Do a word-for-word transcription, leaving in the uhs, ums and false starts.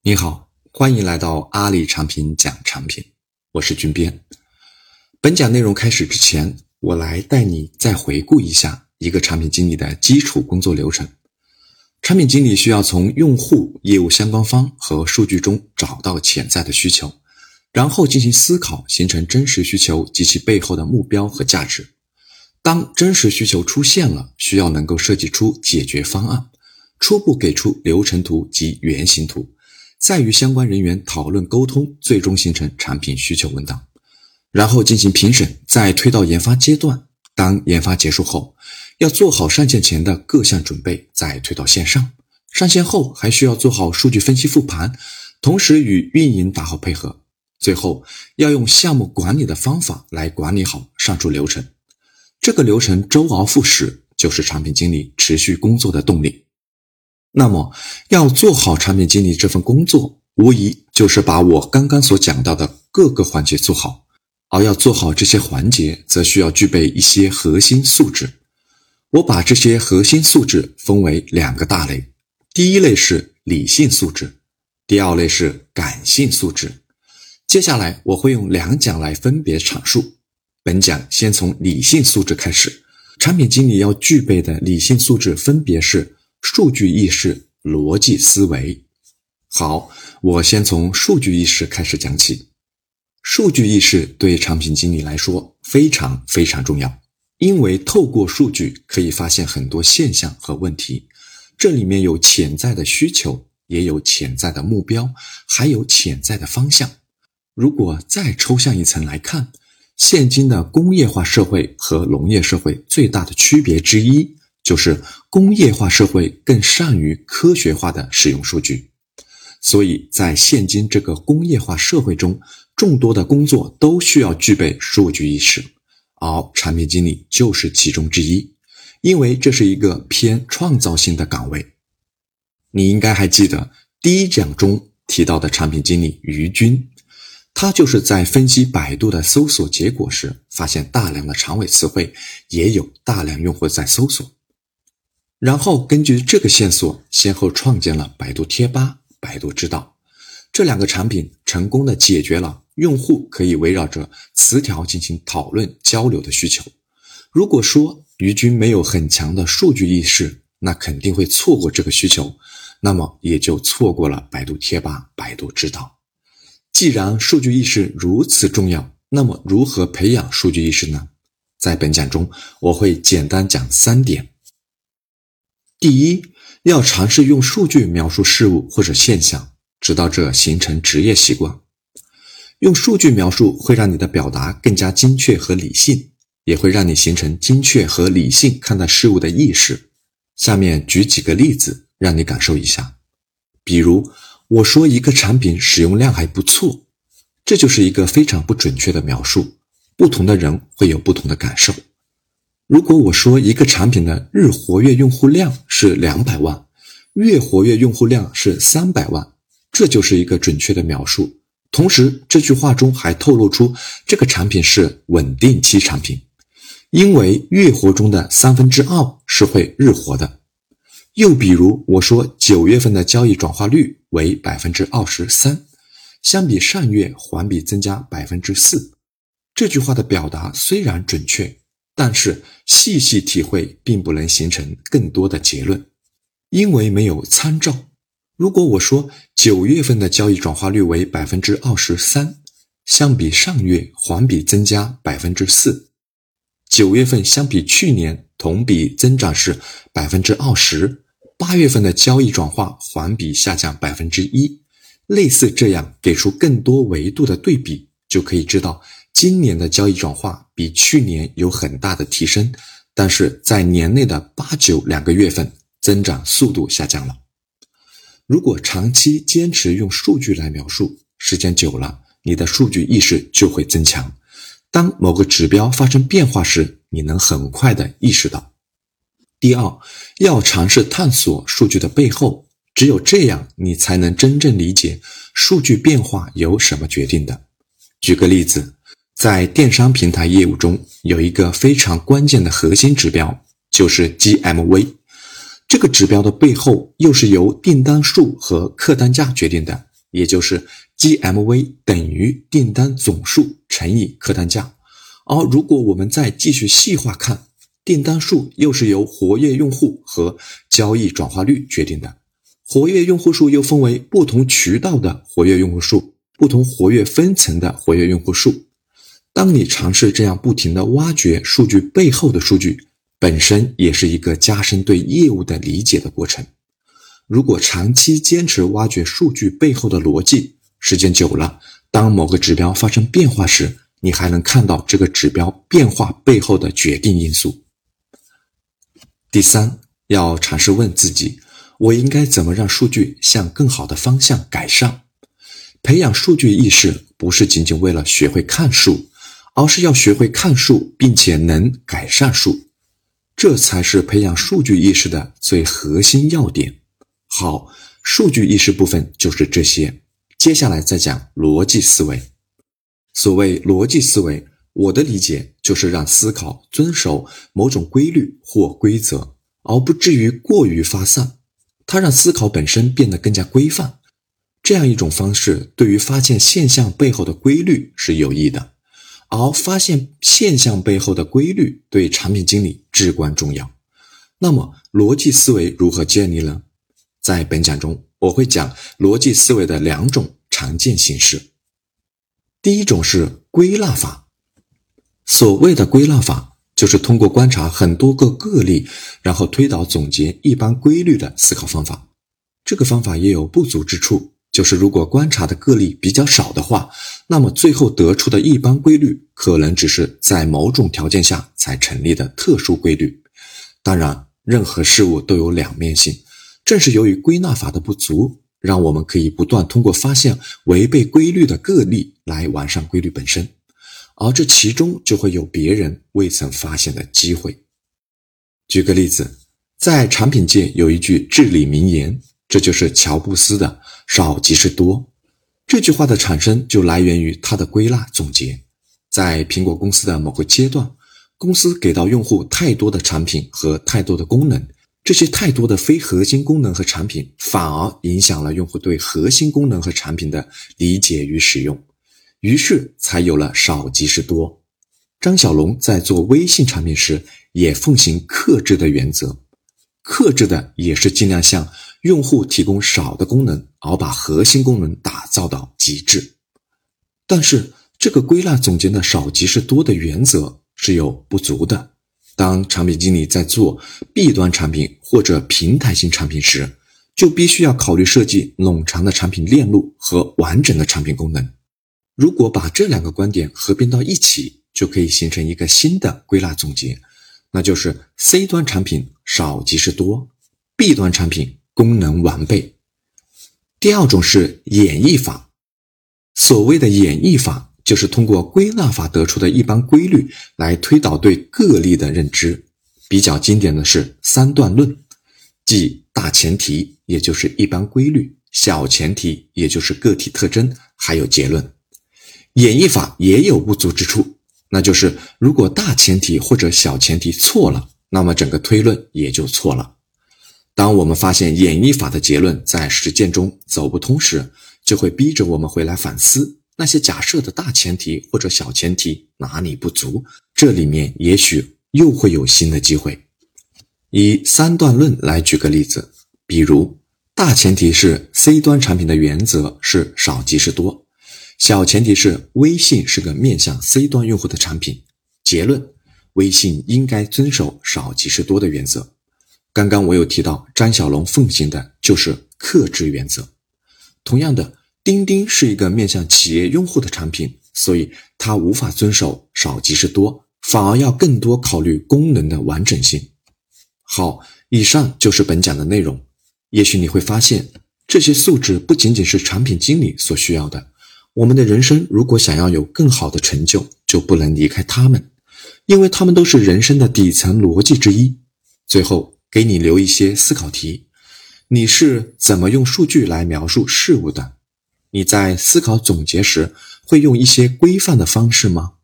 你好，欢迎来到阿里产品讲产品，我是军编。本讲内容开始之前，我来带你再回顾一下一个产品经理的基础工作流程。产品经理需要从用户、业务相关方和数据中找到潜在的需求，然后进行思考，形成真实需求及其背后的目标和价值。当真实需求出现了，需要能够设计出解决方案，初步给出流程图及原型图，再与相关人员讨论沟通，最终形成产品需求文档，然后进行评审，再推到研发阶段。当研发结束后，要做好上线前的各项准备，再推到线上。上线后还需要做好数据分析复盘，同时与运营打好配合。最后要用项目管理的方法来管理好上述流程。这个流程周而复始，就是产品经理持续工作的动力。那么要做好产品经理这份工作，无疑就是把我刚刚所讲到的各个环节做好，而要做好这些环节，则需要具备一些核心素质。我把这些核心素质分为两个大类，第一类是理性素质，第二类是感性素质。接下来我会用两讲来分别阐述。本讲先从理性素质开始。产品经理要具备的理性素质分别是数据意识、逻辑思维。好，我先从数据意识开始讲起。数据意识对产品经理来说非常非常重要，因为透过数据可以发现很多现象和问题，这里面有潜在的需求，也有潜在的目标，还有潜在的方向。如果再抽象一层来看，现今的工业化社会和农业社会最大的区别之一，就是工业化社会更善于科学化的使用数据。所以在现今这个工业化社会中，众多的工作都需要具备数据意识，而产品经理就是其中之一，因为这是一个偏创造性的岗位。你应该还记得第一讲中提到的产品经理于军，他就是在分析百度的搜索结果时，发现大量的长尾词汇，也有大量用户在搜索。然后根据这个线索，先后创建了百度贴吧、百度知道。这两个产品成功地解决了用户可以围绕着词条进行讨论交流的需求。如果说于军没有很强的数据意识，那肯定会错过这个需求，那么也就错过了百度贴吧、百度知道。既然数据意识如此重要，那么如何培养数据意识呢？在本讲中，我会简单讲三点。第一，要尝试用数据描述事物或者现象，直到这形成职业习惯。用数据描述会让你的表达更加精确和理性，也会让你形成精确和理性看待事物的意识。下面举几个例子让你感受一下。比如我说一个产品使用量还不错，这就是一个非常不准确的描述，不同的人会有不同的感受。如果我说一个产品的日活跃用户量是两百万，月活跃用户量是三百万，这就是一个准确的描述。同时这句话中还透露出这个产品是稳定期产品，因为月活中的三分之二是会日活的。又比如我说九月份的交易转化率为 百分之二十三， 相比上月环比增加 百分之四。 这句话的表达虽然准确，但是细细体会并不能形成更多的结论，因为没有参照。如果我说九月份的交易转化率为 百分之二十三， 相比上月环比增加 百分之四， 九月份相比去年同比增长是 百分之二十，八月份的交易转化环比下降 百分之一， 类似这样给出更多维度的对比，就可以知道今年的交易转化比去年有很大的提升，但是在年内的八九两个月份增长速度下降了。如果长期坚持用数据来描述，时间久了，你的数据意识就会增强。当某个指标发生变化时，你能很快地意识到。第二，要尝试探索数据的背后，只有这样你才能真正理解数据变化由什么决定的。举个例子，在电商平台业务中，有一个非常关键的核心指标，就是 G M V。这个指标的背后又是由订单数和客单价决定的， 也就是 G M V 等于订单总数乘以客单价。而如果我们再继续细化看，订单数又是由活跃用户和交易转化率决定的。活跃用户数又分为不同渠道的活跃用户数、不同活跃分层的活跃用户数。当你尝试这样不停地挖掘数据背后的数据，本身也是一个加深对业务的理解的过程。如果长期坚持挖掘数据背后的逻辑，时间久了，当某个指标发生变化时，你还能看到这个指标变化背后的决定因素。第三，要尝试问自己，我应该怎么让数据向更好的方向改善？培养数据意识不是仅仅为了学会看数，而是要学会看数并且能改善数，这才是培养数据意识的最核心要点。好，数据意识部分就是这些，接下来再讲逻辑思维。所谓逻辑思维，我的理解就是让思考遵守某种规律或规则，而不至于过于发散。它让思考本身变得更加规范。这样一种方式对于发现现象背后的规律是有益的，而发现现象背后的规律对产品经理至关重要。那么逻辑思维如何建立呢？在本讲中，我会讲逻辑思维的两种常见形式。第一种是归纳法。所谓的归纳法，就是通过观察很多个个例，然后推导总结一般规律的思考方法。这个方法也有不足之处，就是如果观察的个例比较少的话，那么最后得出的一般规律可能只是在某种条件下才成立的特殊规律。当然，任何事物都有两面性，正是由于归纳法的不足，让我们可以不断通过发现违背规律的个例来完善规律本身，而这其中就会有别人未曾发现的机会。举个例子，在产品界有一句至理名言，这就是乔布斯的少即是多。这句话的产生就来源于他的归纳总结。在苹果公司的某个阶段，公司给到用户太多的产品和太多的功能，这些太多的非核心功能和产品反而影响了用户对核心功能和产品的理解与使用，于是才有了少即是多。张小龙在做微信产品时也奉行克制的原则，克制的也是尽量向用户提供少的功能，而把核心功能打造到极致。但是这个归纳总结的少即是多的原则是有不足的。当产品经理在做 B 端产品或者平台型产品时，就必须要考虑设计冗长的产品链路和完整的产品功能。如果把这两个观点合并到一起，就可以形成一个新的归纳总结，那就是 C 端产品少即是多， B 端产品功能完备。第二种是演绎法。所谓的演绎法，就是通过归纳法得出的一般规律来推导对个例的认知。比较经典的是三段论，即大前提，也就是一般规律，小前提，也就是个体特征，还有结论。演绎法也有不足之处，那就是如果大前提或者小前提错了，那么整个推论也就错了。当我们发现演绎法的结论在实践中走不通时，就会逼着我们回来反思那些假设的大前提或者小前提哪里不足，这里面也许又会有新的机会。以三段论来举个例子，比如大前提是 C 端产品的原则是少即是多，小前提是微信是个面向 C 端用户的产品，结论，微信应该遵守少即是多的原则。刚刚我有提到张小龙奉行的就是克制原则。同样的，钉钉是一个面向企业用户的产品，所以它无法遵守少即是多，反而要更多考虑功能的完整性。好，以上就是本讲的内容。也许你会发现，这些素质不仅仅是产品经理所需要的，我们的人生如果想要有更好的成就，就不能离开他们，因为他们都是人生的底层逻辑之一。最后，给你留一些思考题。你是怎么用数据来描述事物的？你在思考总结时，会用一些规范的方式吗？